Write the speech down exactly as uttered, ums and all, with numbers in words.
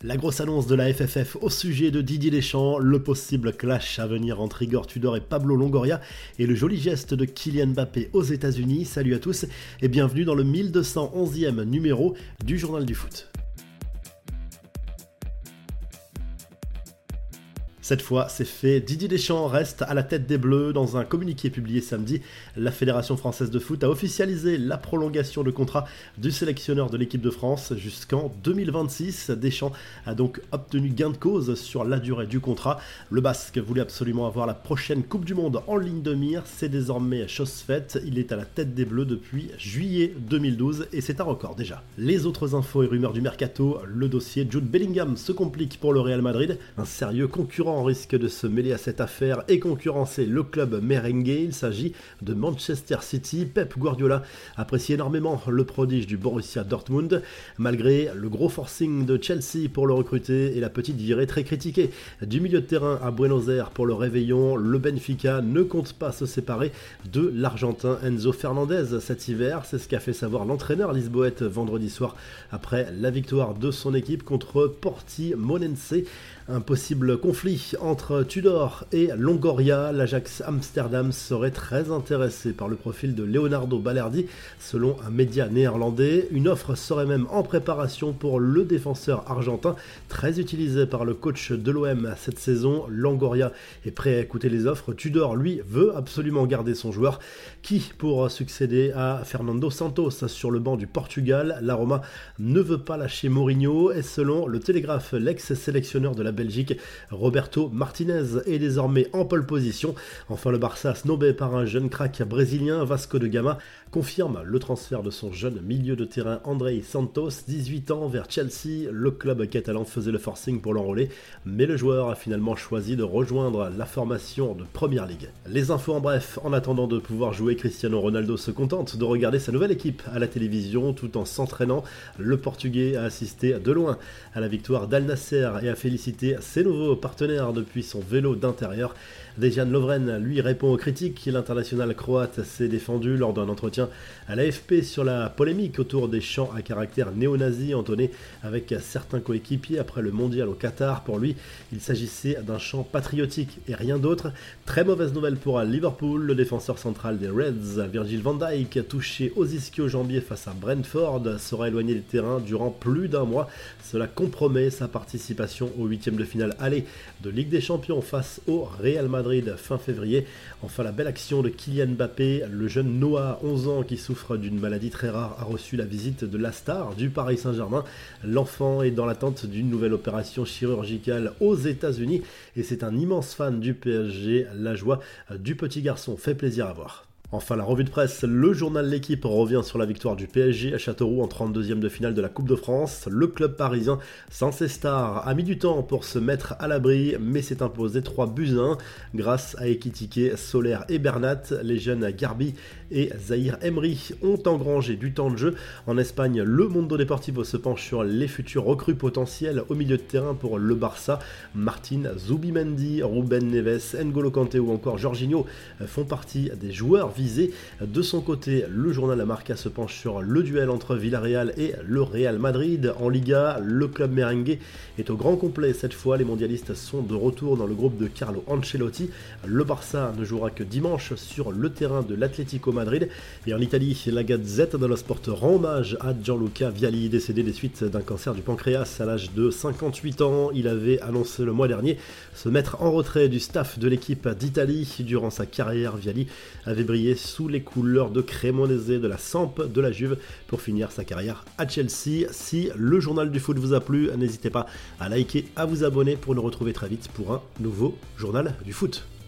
La grosse annonce de la F F F au sujet de Didier Deschamps, le possible clash à venir entre Igor Tudor et Pablo Longoria et le joli geste de Kylian Mbappé aux États-Unis. Salut à tous et bienvenue dans le mille deux cent onzième numéro du Journal du Foot. Cette fois, c'est fait. Didier Deschamps reste à la tête des Bleus. Dans un communiqué publié samedi, la Fédération française de foot a officialisé la prolongation de contrat du sélectionneur de l'équipe de France jusqu'en deux mille vingt-six. Deschamps a donc obtenu gain de cause sur la durée du contrat. Le Basque voulait absolument avoir la prochaine Coupe du Monde en ligne de mire. C'est désormais chose faite. Il est à la tête des Bleus depuis juillet deux mille douze et c'est un record déjà. Les autres infos et rumeurs du mercato, le dossier Jude Bellingham se complique pour le Real Madrid. Un sérieux concurrent risque de se mêler à cette affaire et concurrencer le club merengue. Il s'agit de Manchester City. Pep Guardiola apprécie énormément le prodige du Borussia Dortmund, malgré le gros forcing de Chelsea pour le recruter et la petite virée très critiquée du milieu de terrain à Buenos Aires pour le réveillon. Le Benfica ne compte pas se séparer de l'Argentin Enzo Fernandez cet hiver. C'est ce qu'a fait savoir l'entraîneur lisboète vendredi soir après la victoire de son équipe contre Portimonense. Un possible conflit entre Tudor et Longoria. L'Ajax Amsterdam serait très intéressé par le profil de Leonardo Balerdi, selon un média néerlandais. Une offre serait même en préparation pour le défenseur argentin, très utilisé par le coach de l'O M cette saison. Longoria est prêt à écouter les offres. Tudor, lui, veut absolument garder son joueur, qui, pour succéder à Fernando Santos sur le banc du Portugal, la Roma ne veut pas lâcher Mourinho. Et selon le Télégraphe, l'ex-sélectionneur de la Belgique, Roberto Martinez, est désormais en pole position. Enfin, le Barça, snobé par un jeune crack brésilien, Vasco de Gama, confirme le transfert de son jeune milieu de terrain Andrei Santos, dix-huit ans, vers Chelsea. Le club catalan faisait le forcing pour l'enrôler, mais le joueur a finalement choisi de rejoindre la formation de Première Ligue. Les infos en bref. En attendant de pouvoir jouer, Cristiano Ronaldo se contente de regarder sa nouvelle équipe à la télévision tout en s'entraînant. Le Portugais a assisté de loin à la victoire d'Al Nasser et a félicité ses nouveaux partenaires depuis son vélo d'intérieur. Dejan Lovren, lui, répond aux critiques. L'international croate s'est défendu lors d'un entretien à l'A F P sur la polémique autour des chants à caractère néo-nazi entonnés avec certains coéquipiers après le mondial au Qatar. Pour lui, il s'agissait d'un chant patriotique et rien d'autre. Très mauvaise nouvelle pour Liverpool. Le défenseur central des Reds, Virgil van Dijk, touché aux ischio-jambiers face à Brentford, sera éloigné des terrains durant plus d'un mois. Cela compromet sa participation au huitième de finale aller de Ligue des Champions face au Real Madrid fin février. Enfin, la belle action de Kylian Mbappé. Le jeune Noah, onze ans, qui souffre d'une maladie très rare, a reçu la visite de la star du Paris Saint-Germain. L'enfant est dans l'attente d'une nouvelle opération chirurgicale aux États-Unis et c'est un immense fan du P S G. La joie du petit garçon fait plaisir à voir. Enfin, la revue de presse, le journal L'Équipe revient sur la victoire du P S G à Châteauroux en trente-deuxième de finale de la Coupe de France. Le club parisien, sans ses stars, a mis du temps pour se mettre à l'abri, mais s'est imposé trois buts à un grâce à Ekitike, Soler et Bernat. Les jeunes Garbi et Zahir Emery ont engrangé du temps de jeu. En Espagne, le Mundo Deportivo se penche sur les futurs recrues potentielles au milieu de terrain pour le Barça. Martin Zubimendi, Ruben Neves, N'Golo Kanté ou encore Jorginho font partie des joueurs visés. De son côté, le journal La Marca se penche sur le duel entre Villarreal et le Real Madrid. En Liga, le club merengue est au grand complet cette fois. Les mondialistes sont de retour dans le groupe de Carlo Ancelotti. Le Barça ne jouera que dimanche sur le terrain de l'Atlético Madrid. Et en Italie, la Gazzetta dello Sport rend hommage à Gianluca Vialli, décédé des suites d'un cancer du pancréas à l'âge de cinquante-huit ans. Il avait annoncé le mois dernier se mettre en retrait du staff de l'équipe d'Italie. Durant sa carrière, Vialli avait brillé sous les couleurs de Cremonese, de la Samp, de la Juve, pour finir sa carrière à Chelsea. Si le journal du foot vous a plu, n'hésitez pas à liker, à vous abonner pour nous retrouver très vite pour un nouveau journal du foot.